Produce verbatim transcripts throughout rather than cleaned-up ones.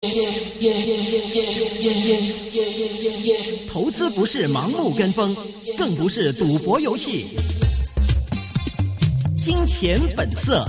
投资不是盲目跟风，更不是赌博游戏。金钱本色。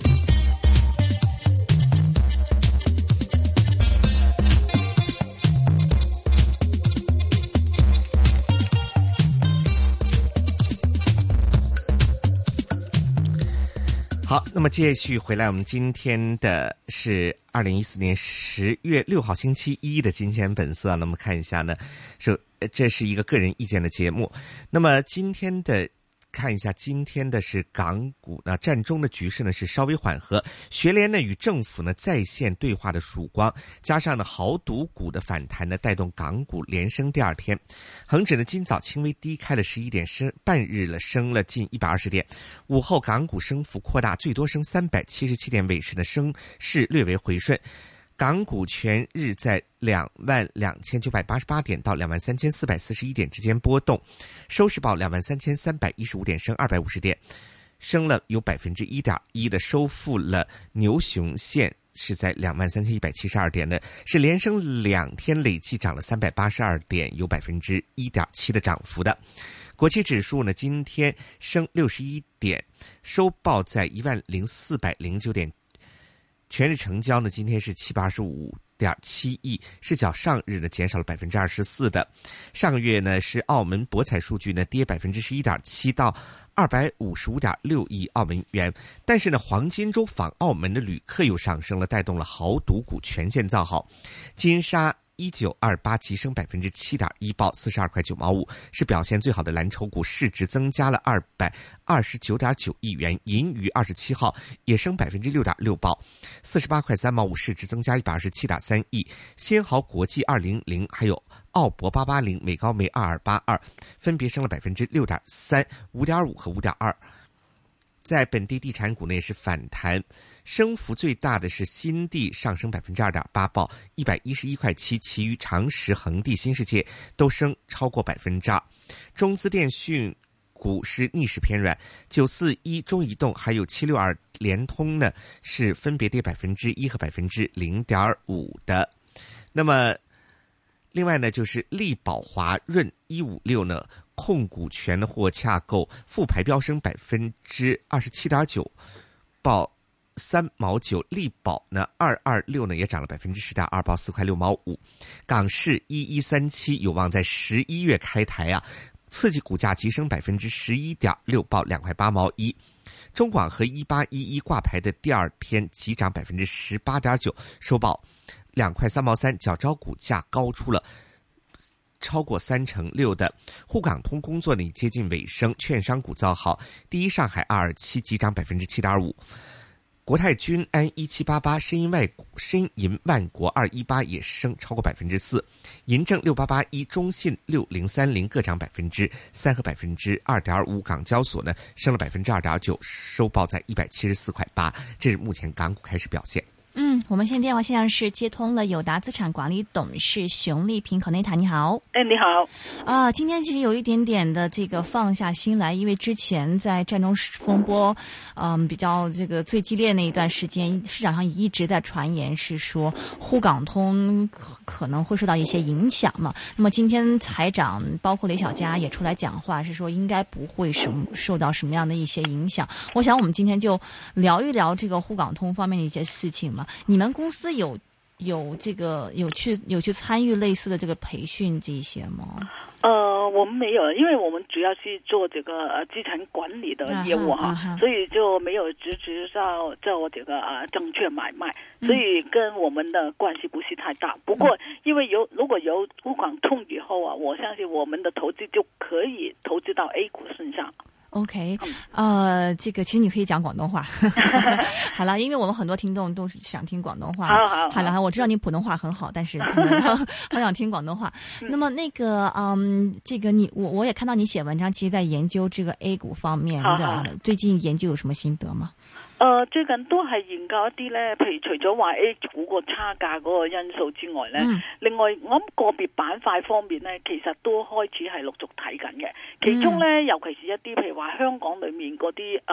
好，那么继续回来，我们今天的是二零一四年十月六号星期一的金钱本色。那么看一下呢，是这是一个个人意见的节目。那么今天的看一下，今天的是港股呢，战中的局势呢是稍微缓和，学联呢与政府呢在线对话的曙光，加上呢豪赌股的反弹呢，带动港股连升第二天。恒指呢今早轻微低开了十一点，升半日了升了近一百二十点。午后港股升幅扩大，最多升三百七十七点，尾市的升势略为回顺。港股全日在两万两千九百八十八点到两万三千四百四十一点之间波动，收市报两万三千三百一十五点，升二百五十点，升了有百分之一点一的收复了牛熊线，是在两万三千一百七十二点的，是连升两天，累计涨了三百八十二点，有百分之一点七的涨幅的。国企指数呢，今天升六十一点，收报在一万零四百零九点。全日成交呢，今天是七百二十五点七亿，是较上日呢减少了百分之二十四的。上个月呢是澳门博彩数据呢跌百分之十一点七到二百五十五点六亿澳门元，但是呢黄金周访澳门的旅客又上升了，带动了豪赌股全线造好。金沙一九二八急升百分之七点一，报四十二块九毛五，是表现最好的蓝筹股，市值增加了二百二十九点九亿元。银娱二十七号也升百分之六点六，报四十八块三毛五，市值增加一百二十七点三亿。先豪国际二零零还有澳博八八零、美高梅二二八二分别升了百分之六点三、五点五和五点二。在本地地产股呢也是反弹，升幅最大的是新地上升百分之二点八，报一百一十一块七，其余长实、恒地、新世界都升超过百分之二。中资电讯股是逆势偏软，九四一、中移动还有七六二联通呢是分别跌百分之一和百分之零点五的。那么另外呢，就是力宝、华润一五六呢。控股权的或洽购复牌飙升百分之二十七点九，报三毛九。力宝呢二二六呢也涨了百分之十点二，报四块六毛五。港市一一三七有望在十一月开台啊，刺激股价急升百分之十一点六，报两块八毛一。中广和一八一一挂牌的第二天急涨百分之十八点九，收报两块三毛三，较招股价高出了超过三成六的。沪港通工作呢接近尾声，券商股造好，第一上海二二七急涨百分之七点五，国泰君安一七八八、申银外申银万国二一八也升超过百分之四，银证六八八一、中信六零三零各涨百分之三和百分之二点五，港交所呢升了百分之二点九，收报在一百七十四块八，这是目前港股开始表现。 嗯，我们现在电话线上是接通了友达资产管理董事熊丽萍 Coneta， 你好。 哎，你好。 啊，今天其实有一点点的这个放下心来，因为之前在战中风波，嗯，比较这个最激烈那一段时间，市场上一直在传言是说沪港通可能会受到一些影响嘛。那么今天财长包括雷小佳也出来讲话，是说应该不会什么受到什么样的一些影响。我想我们今天就聊一聊这个沪港通方面的一些事情嘛。你们公司有有这个有去有去参与类似的这个培训这一些吗？ 呃，我们没有，因为我们主要是做这个呃资产管理的业务哈，啊、所以就没有直直到做这个啊、呃、证券买卖，所以跟我们的关系不是太大。不过，因为有如果有沪港通以后啊，我相信我们的投资就可以投资到 A 股身上。 OK， 呃，这个其实你可以讲广东话。好了，因为我们很多听众都是想听广东话。 好好好了，我知道你普通话很好，但是可能很想听广东话。那么那个，嗯，这个你我我也看到你写文章，其实在研究这个 A 股方面的，好好最近研究有什么心得吗？ 誒最近都係研究一啲咧，譬如除咗話 A 股個差價嗰個因素之外咧，嗯、另外我諗個別板塊方面咧，其實都開始係陸續睇緊嘅。其中咧，嗯、尤其是一啲譬如話香港裡面嗰啲誒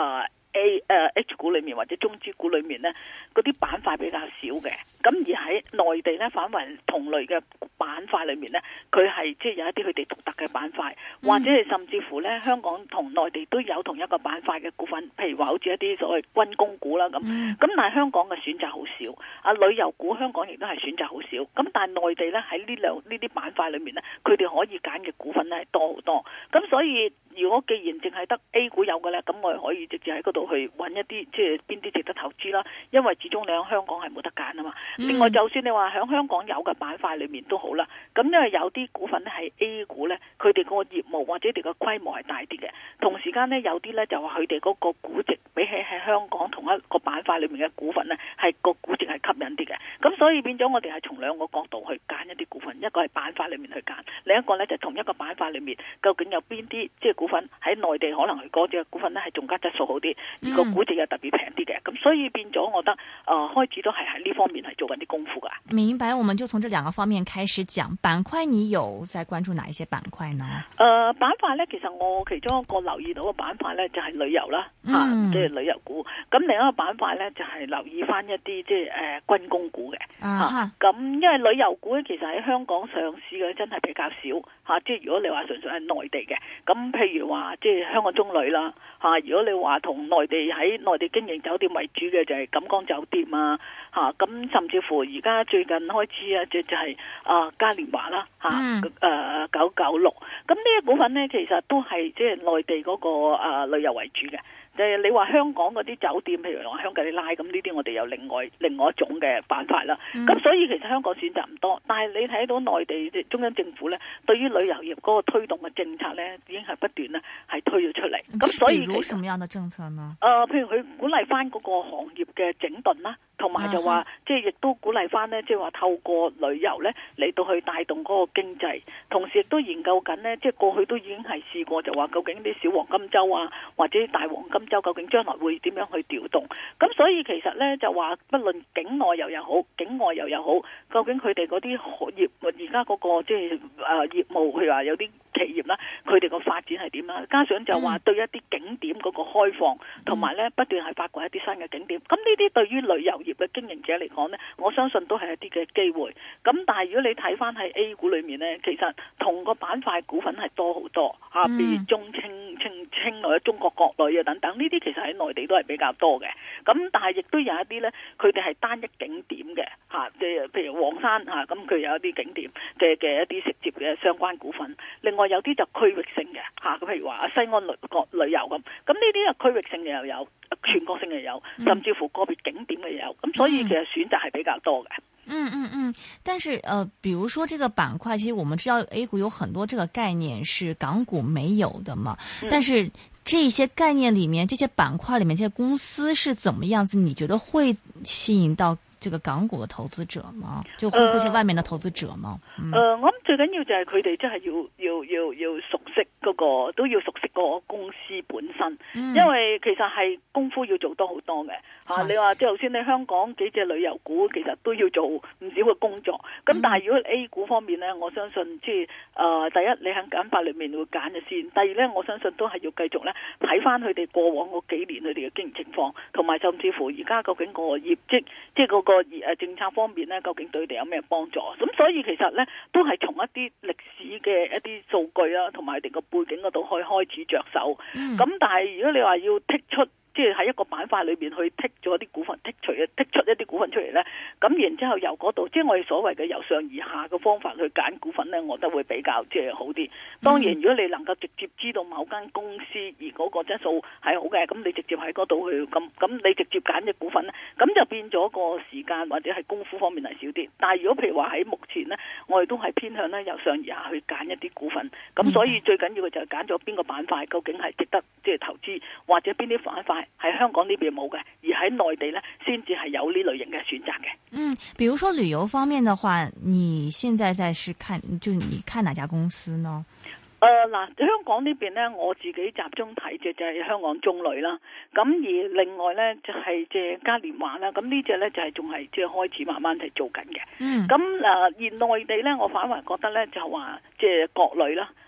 A 誒、呃、H 股裏面或者中資股裏面咧，嗰啲板塊比較少嘅。咁而喺內地咧，反為同類嘅板塊裏面咧，佢係即係有一啲佢哋獨特嘅板塊，或者係甚至乎咧，香港同內地都有同一個板塊嘅股份，譬如話好似一啲所謂軍工股啦咁。咁、嗯、但係香港嘅選擇好少，啊旅遊股香港亦都係選擇好少。咁但係內地咧喺呢兩呢啲板塊裏面咧，佢哋可以揀嘅股份咧係多好多。咁所以如果既然淨係得 A 股有嘅咧，咁我哋可以直接喺嗰度去揾一啲即係邊啲值得投資啦。因為始終你喺香港係冇得揀啊嘛。嗯、另外就算你話喺香港有嘅板塊裏面都好啦，咁因為有啲股份咧係 A 股咧，佢哋個業務或者佢哋個規模係大啲嘅，同時間咧有啲咧就話佢哋嗰個估值比起喺香港同一個板塊裏面嘅股份咧，係個估值係吸引啲嘅。咁所以變咗我哋係從兩個角度去揀一啲股份，一個係板塊裏面去揀，另一個咧就同一個板塊裏面究竟有邊啲即係股份喺內地可能佢嗰隻股份咧係仲加質素好啲，而個估值又特別平啲嘅。咁所以變咗我覺得誒、呃、開始都係喺呢方面係做緊啲功夫噶。 明白，我們就從這兩個方面開始講板塊。你有在關注哪一些板塊呢？ 誒、呃，板塊咧，其實我其中一個留意到嘅板塊咧就係、是、旅遊啦，吓、嗯，即係、就是、旅遊股。咁另一個板塊咧就係、是、留意翻一啲即係誒軍工股嘅。啊，咁、啊、因為旅遊股咧其實喺香港上市嘅真係比較少吓、啊，即係如果你話純粹係內地嘅，咁譬如話即係香港中旅啦，吓、啊，如果你話同內地喺內地經營酒店為主嘅就係錦江酒店啊，吓、啊，咁甚至乎而家最近開始啊，就就係啊嘉年華啦。吓、啊，誒、嗯，九九六，咁呢啲股份咧，其實都係即係內地嗰、那個誒、呃、旅遊為主嘅。誒，你話香港嗰啲酒店，譬如話香格里拉，咁呢啲我哋有另外另外一種嘅板塊啦。咁、嗯、所以其實香港選擇唔多，但係你睇到內地中央政府咧，對於旅遊業嗰個推動嘅政策咧，已經係不斷咧係推咗出嚟。咁所以其實，比如什麼樣的政策呢？誒、呃，譬如佢鼓勵翻嗰個行業嘅整頓啦。同埋就話，即係亦都鼓勵翻呢，即係話透過旅遊呢嚟到去帶動嗰個經濟，同時亦都研究緊呢，即係過去都已經係試過，就話究竟啲小黃金週啊，或者大黃金週，究竟將來會點樣去調動？咁所以其實呢，就話，不論境內遊又好，境外遊又好，究竟佢哋嗰啲業而家嗰個即係誒業務，譬如話有啲企業啦，佢哋個發展係點啦？加上就話對一啲景點嗰個開放，同埋呢不斷係發掘一啲新嘅景點。咁呢啲對於旅遊業嘅經營者嚟講呢，我相信都係一啲嘅機會。咁但係如果你睇翻喺 A 股裏面呢，其實同個板塊股份係多好多嚇，譬如中青青青或者中國國旅啊等等，呢啲其實喺內地都係比較多嘅。咁但係亦都有一啲呢，佢哋係單一景點嘅嚇，即係譬如黃山嚇，咁佢有一啲景點嘅嘅一啲直接嘅相關股份。另外有啲就區域性嘅嚇，咁譬如話西安旅國旅遊咁，咁呢啲係區域性嘅又有，全國性嘅有，甚至乎個別景點嘅有，咁所以其實選擇係比較多嘅。 嗯嗯嗯，但是呃，比如說這個板塊，其實我們知道 A 股有很多這個概念是港股沒有的嘛，嗯、但是這些概念裡面，這些板塊裡面，這些公司是怎麼樣子？你覺得會吸引到這個港股的投資者嗎？就會會係外面的投資者嗎？誒、呃嗯呃，我諗最緊要就係佢哋真係要要要要熟悉嗰、那個，都要熟悉嗰個公司本身，嗯、因為其實係功夫要做多好多嘅嚇、啊。你話即係頭先你香港幾隻旅遊股，其實都要做唔少嘅工作。咁、嗯、但係如果 A 股方面咧，我相信即係誒第一，你喺揀法裏面會揀咗先；第二咧，我相信都係要繼續咧睇翻佢哋過往嗰幾年佢哋嘅經營情況，同埋甚至乎而家究竟個業績，即係嗰個誒政策方面咧，究竟對佢哋有咩幫助？咁所以其實咧，都係從一啲歷史嘅一啲數據啦，同埋佢哋個背景嗰度可以開始着手。咁、嗯、但係如果你話要剔出，即係喺一個板塊裏邊去剔咗啲股份，剔除剔出一啲股份出嚟咧，咁然之後由嗰度，即係我哋所謂嘅由上而下嘅方法去揀股份咧，我覺得會比較即係好啲。當然，如果你能夠直接知道某間公司而嗰個質素係好嘅，咁你直接喺嗰度去，咁咁你直接揀隻股份咧，咁就變咗個時間或者係功夫方面係少啲。但係如果譬如話喺目前咧，我哋都係偏向咧由上而下去揀一啲股份，咁所以最緊要嘅就係揀咗邊個板塊究竟係值得即係投資，或者邊啲板塊喺香港呢邊冇嘅，而喺內地呢，先至係有呢類型嘅選擇嘅。 嗯，比如說旅遊方面的話，你現在在是看，就你看哪家公司呢？ 誒、呃、嗱，香港呢邊呢，我自己集中睇嘅就係香港中旅啦。咁而另外呢，就係即係嘉年華啦。咁呢隻呢，就係仲係即係開始慢慢係做緊嘅。嗯。咁誒、呃、而內地呢，我反而覺得呢，就話即係國旅啦。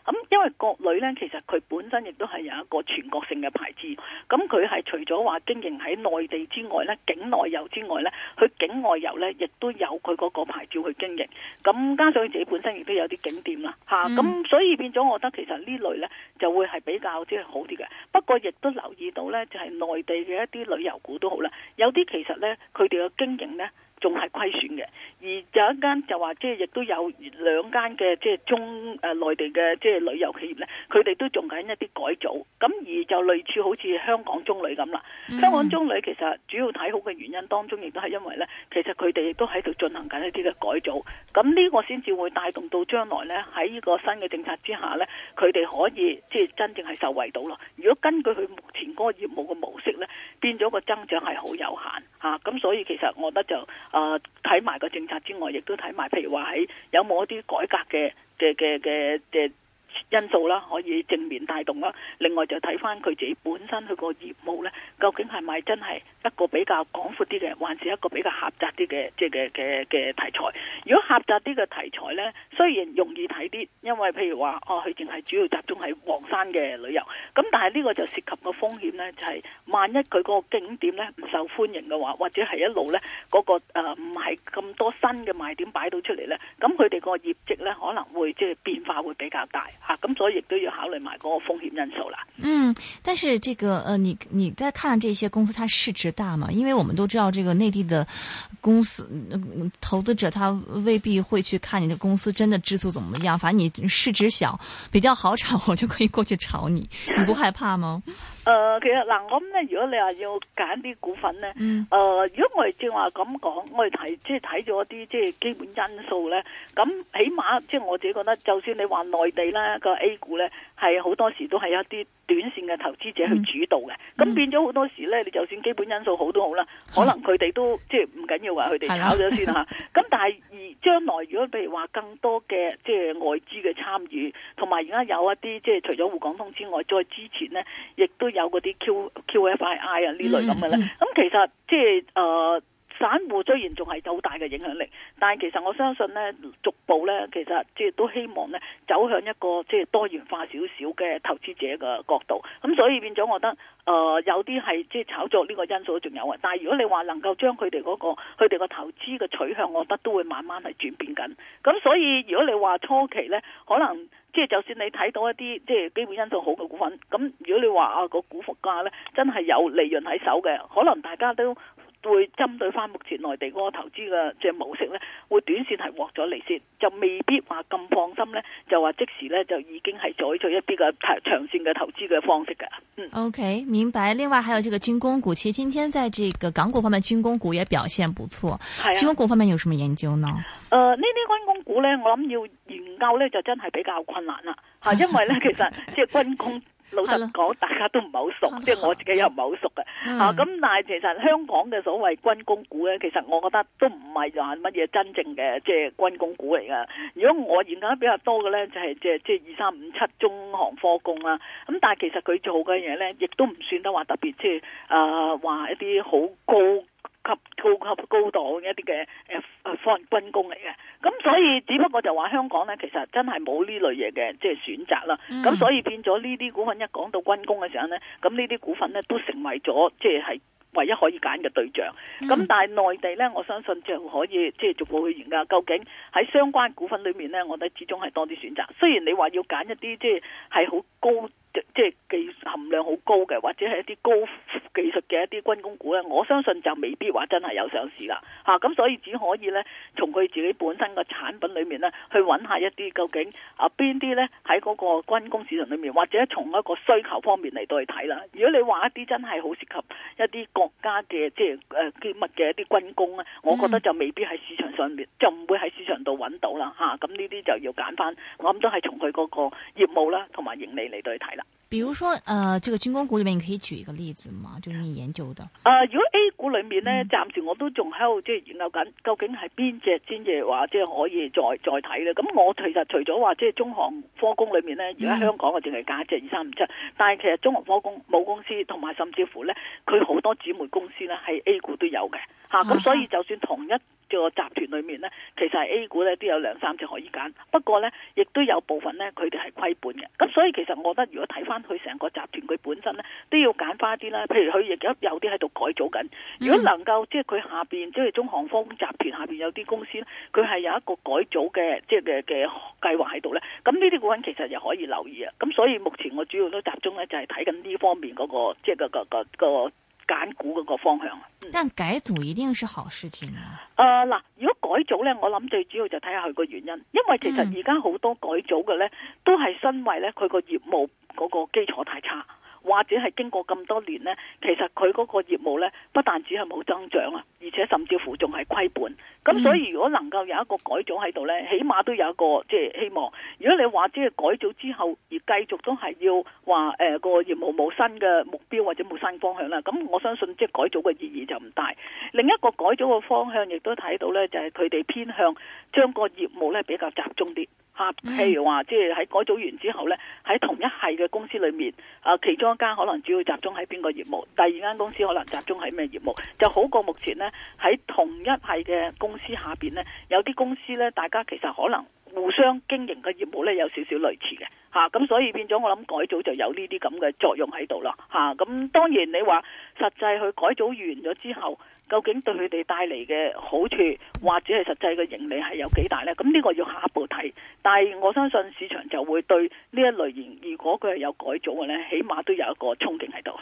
咁因為國旅咧，其實佢本身亦都係有一個全國性嘅牌子，咁佢係除咗話經營喺內地之外咧，境內遊之外咧，佢境外遊咧亦都有佢嗰個牌照去經營。咁加上佢自己本身亦都有啲景點啦，嚇、嗯，咁所以變咗，我覺得其實呢類咧就會係比較即係好啲嘅。不過亦都留意到咧，就係、是、內地嘅一啲旅遊股都好啦，有啲其實咧佢哋嘅經營咧仲係虧損嘅，而有一間就話即係亦都有兩間嘅即係中誒內地嘅即係旅遊企業咧，佢哋都做緊一啲改組，咁而就類似好似香港中旅咁啦。嗯、香港中旅其實主要睇好嘅原因當中，亦都係因為咧，其實佢哋亦都喺度進行緊一啲嘅改組，咁呢個先至會帶動到將來咧喺呢個新嘅政策之下咧，佢哋可以即係真正係受惠到咯。如果根據佢目前嗰個業務嘅模式咧，變咗個增長係好有限嚇，咁、啊、所以其實我覺得就。誒睇埋個政策之外，亦都睇埋，譬如話喺有冇一啲改革嘅嘅嘅嘅嘅因素啦，可以正面帶動啦。另外就睇翻佢自己本身佢個業務咧，究竟係咪真係一個比較廣闊啲嘅，還是一個比較狹窄啲嘅即係嘅嘅嘅題材？如果狹窄啲嘅題材咧，雖然容易睇啲，因為譬如話哦，佢淨係主要集中喺黃山嘅旅遊，咁但係呢個就涉及個風險咧，就係、是、萬一佢個景點咧唔受歡迎嘅話，或者係一路咧嗰個誒唔係咁多新嘅賣點擺到出嚟咧，咁佢哋個業績咧可能會即係變化會比較大。啊，咁所以亦都要考慮埋嗰個風險因素啦。 嗯，但是這個呃，你你在看這些公司，它市值大嗎？因為我們都知道，這個內地的公司、呃、投資者，他未必會去看你的公司真的質素怎麼樣。反正你市值小，比較好炒，我就可以過去炒你。你不害怕嗎？ 誒、呃，其實嗱，我諗咧，如果你話要揀啲股份咧，誒、嗯呃，如果我哋正話咁講，我哋睇即係睇咗啲即係基本因素咧，咁起碼即係我自己覺得，就算你話內地咧個 A 股咧，係好多時都係一啲短線嘅投資者去主導嘅，咁、嗯、變咗好多時咧，你就算基本因素好都好啦，可能佢哋都即係唔緊要話佢哋炒咗先嚇。咁但係而將來如果譬如話更多嘅即係外資嘅參與，同埋而家有一啲即係除咗滬港通之外，再之前咧，亦都有嗰啲 Q Q F I I 啊呢類咁嘅咧。咁、嗯嗯、其實即係誒。散戶雖然仲係有好大嘅影響力，但係其實我相信咧，逐步咧，其實即係都希望咧走向一個即係多元化少少嘅投資者嘅角度。咁所以變咗，我覺得誒、呃、有啲係即係炒作呢個因素仲有啊。但係如果你話能夠將佢哋嗰個佢哋個投資嘅取向，我覺得都會慢慢係轉變緊。咁所以如果你話初期咧，可能即係就算你睇到一啲即係基本因素好嘅股份，咁如果你話啊個股價咧真係有利潤喺手嘅，可能大家都會針對翻目前內地嗰個投資嘅即係模式咧，會短線係獲咗利先，就未必話咁放心咧，就話即時咧就已經係採取一啲嘅長線嘅投資嘅方式嘅。嗯，OK， 明白。另外還有這個軍工股，其實今天在這個港股方面，軍工股也表現不錯。係啊，軍工股方面有什麼研究呢？ 誒、呃，呢啲軍工股咧，我諗要研究咧就真係比較困難啦。嚇，因為咧其實即係軍工。老實講，大家都唔係好熟，即係我自己又唔係好熟嘅。嗯、啊，咁但係其實香港嘅所謂軍工股咧，其實我覺得都唔係話乜嘢真正嘅即係軍工股嚟噶。如果我研究得比較多嘅咧，就係即係即係二三五七中航科工啦。咁但係其實佢做嘅嘢咧，亦都唔算得話特別，即係誒話一啲好高級高級高檔一啲嘅誒誒方軍工嚟嘅。咁所以只不過就話香港咧，其實真係冇呢類嘢嘅即係選擇啦。咁、嗯、所以變咗呢啲股份一講到軍工嘅時候咧，咁呢啲股份咧都成為咗即係唯一可以揀嘅對象。咁、嗯、但係內地咧，我相信就可以即係逐步去研究，究竟喺相關股份裏面咧，我覺得始終係多啲選擇。雖然你話要揀一啲即係係好高即係技術含量好高嘅，或者係一啲高技術嘅一啲軍工股咧，我相信就未必話真係有上市啦。嚇、啊，咁所以只可以咧從佢自己本身嘅產品裏面咧去揾下一啲究竟啊邊啲咧喺嗰個軍工市場裏面，或者從一個需求方面嚟到去睇啦。如果你話一啲真係好涉及一啲國家嘅即係誒機密嘅一啲軍工咧，我覺得就未必喺市場上面，就唔會喺市場度揾到啦。嚇、啊，咁呢啲就要揀翻，我諗都係從佢嗰個業務啦同埋盈利嚟到去睇啦。 比如說，呃，這個軍工股裏面，你可以舉一個例子嗎？就是你研究的。 呃，如果 A 股裏面咧，暫、嗯、時我都仲喺度即係研究緊，究竟係邊隻先至話即係可以再再睇咧？咁我其實除咗話即係中航科工裏面咧，而家香港我淨係揀一隻二三五七，但係其實中航科工母公司同埋甚至乎咧，佢好多姊妹公司咧喺 A 股都有嘅嚇，咁、啊、所以就算同一個集團裏面咧，其實係 A 股咧都有兩三隻可以揀，不過咧亦都有部分咧佢哋係虧本嘅。咁所以其實我覺得如果睇翻佢成個集團佢本身咧，都要揀翻啲啦。譬如佢亦都有啲喺度改組緊，如果能夠即係佢下邊即係中航科集團下邊有啲公司咧，佢係有一個改組嘅即係嘅嘅計劃喺度咧，咁呢啲股份其實又可以留意啊。咁所以目前我主要都集中咧就係睇緊呢方面嗰個即係個個個個揀股嗰個方向。 但改組一定是好事情啊！ 誒嗱、呃，如果改組咧，我諗最主要就睇下佢個原因，因為其實而家好多改組嘅咧，都係因為咧佢個業務嗰個基礎太差。或者係經過咁多年呢，其實佢嗰個業務呢，不但只係冇增長啊，而且甚至乎仲係虧本。咁所以如果能夠有一個改組喺度呢，起碼都有一個即係希望。如果你話即係改組之後而繼續都係要話誒個業務冇新嘅目標或者冇新方向啦，咁我相信即係改組嘅意義就唔大。另一個改組嘅方向亦都睇到呢，就係佢哋偏向將個業務呢比較集中啲。嚇，譬如話，即係喺改組完之後呢，喺同一系嘅公司裏面，啊，其中一間可能主要集中喺邊個業務，第二間公司可能集中喺咩業務，就好過目前呢，喺同一系嘅公司下邊呢，有啲公司呢，大家其實可能互相經營嘅業務呢，有少少類似嘅，嚇、啊，咁所以變咗我諗改組就有呢啲咁嘅作用喺度啦，嚇、啊，咁當然你話實際去改組完咗之後，究竟對佢哋帶嚟嘅好處，或者係實際嘅盈利係有幾大呢？咁呢個要下一步睇。但係我相信市場就會對呢一類型，如果佢係有改組嘅呢，起碼都有一個憧憬喺度。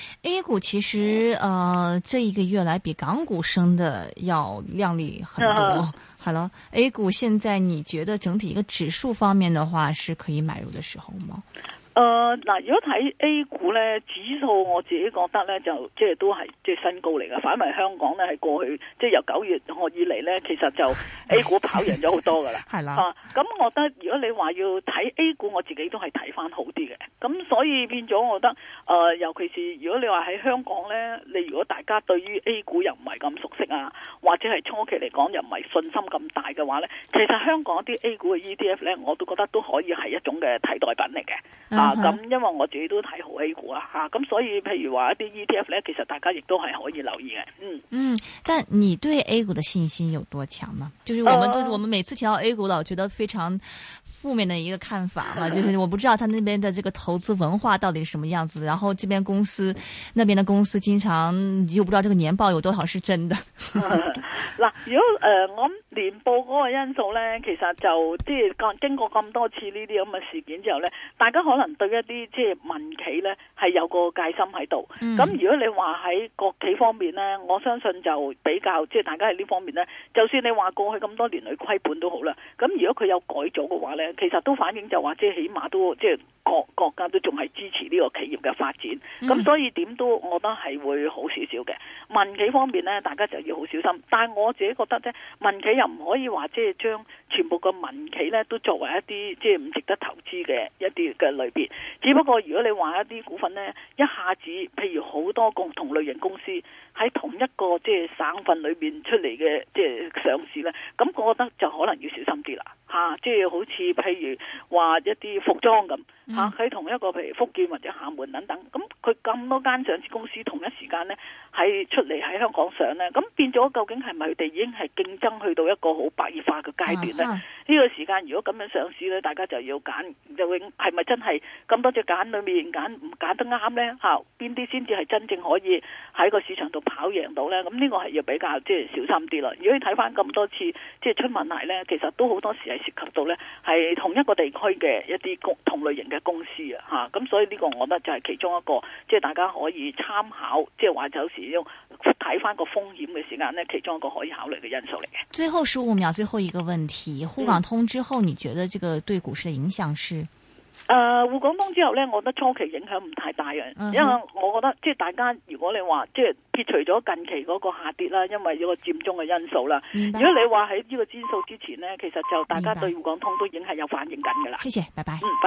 A 股其實，呃，這一個月來比港股升得要亮麗很多。好了、啊、A 股現在你覺得整體一個指數方面的話，是可以買入的時候嗎？ 誒嗱、呃，如果睇 A 股咧，指數我自己覺得咧，就即係都係即係新高嚟嘅。反為香港咧，係過去即係由九月我以嚟咧，其實就 A 股跑贏咗好多噶啦。係啦，咁、啊、我覺得如果你話要睇 A 股，我自己都係睇翻好啲嘅。咁所以變咗，我覺得誒、呃，尤其是如果你話喺香港咧，你如果大家對於 A 股又唔係咁熟悉啊，或者係初期嚟講又唔係信心咁大嘅話咧，其實香港啲 A 股嘅 E T F 咧，我都覺得都可以係一種嘅替代品嚟嘅。嗯啊，咁因為我自己都睇好 A 股啦，吓、啊，咁所以譬如話一啲 E T F 咧，其實大家亦都係可以留意嘅。嗯嗯， 但你對 A 股的信心有多強呢？就是我們對、呃、我們每次提到 A 股，老覺得非常負面的一個看法嘛，就是我不知道他那邊的這個投資文化到底是什麼樣子，然後這邊公司那邊的公司經常又不知道這個年報有多少是真的。 嗱、呃，如果誒、呃、我諗年報嗰個因素咧，其實就即係經過咁多次呢啲咁嘅事件之後咧，大家可能對一啲即係民企咧係有個戒心喺度。咁、嗯、如果你話喺國企方面咧，我相信就比較即係大家喺呢方面咧，就算你話過去咁多年去虧本都好啦。咁如果佢有改組嘅話咧，其實都反映就話即係起碼都即係國國家都仲係支持呢個企業嘅發展。咁、嗯、所以點都我覺得係會好少少嘅。民企方面咧，大家就要好小心。但係我自己覺得咧，民企又唔可以話即係將全部嘅民企咧都作為一啲即係唔值得投資嘅一啲嘅類別。只不過如果你話一啲股份呢，一下子譬如好多共同類型公司喺同一個即係省份裏面出嚟嘅即係上市呢，咁我覺得就可能要小心啲啦嚇。即係好似譬如話一啲服裝咁嚇，喺同一個譬如福建或者廈門等等，咁佢咁多間上市公司同一時間呢喺出嚟喺香港上呢，咁變咗究竟係咪佢哋已經係競爭去到一個好白熱化嘅階段呢？呢、啊、個時間如果咁樣上市呢，大家就要揀，究竟係咪真係咁多隻揀裏面揀唔揀得啱呢？嚇，邊啲先至係真正可以喺個市場度跑贏到呢？咁呢個係要比較即係小心啲啦。如果你睇翻咁多次即係出問題呢，其實都好多時係涉及到呢係同一個地區嘅一啲公同類型嘅公司啊嚇。咁所以呢個我覺得就係其中一個即係大家可以參考，即係話有時要睇翻個風險嘅時間呢，其中一個可以考慮嘅因素嚟嘅。 最後十五秒，最後一個問題：滬港通之後，你覺得這個對股市嘅影響是？ 誒，滬港通之後咧，我覺得初期影響唔太大嘅，嗯、因為我覺得即係大家如果你話即係撇除咗近期嗰個下跌啦，因為有個佔中嘅因素啦。明白。如果你話喺呢個指數之前咧，其實就大家對滬港通都已經係有反應緊噶啦。謝謝，拜拜。嗯。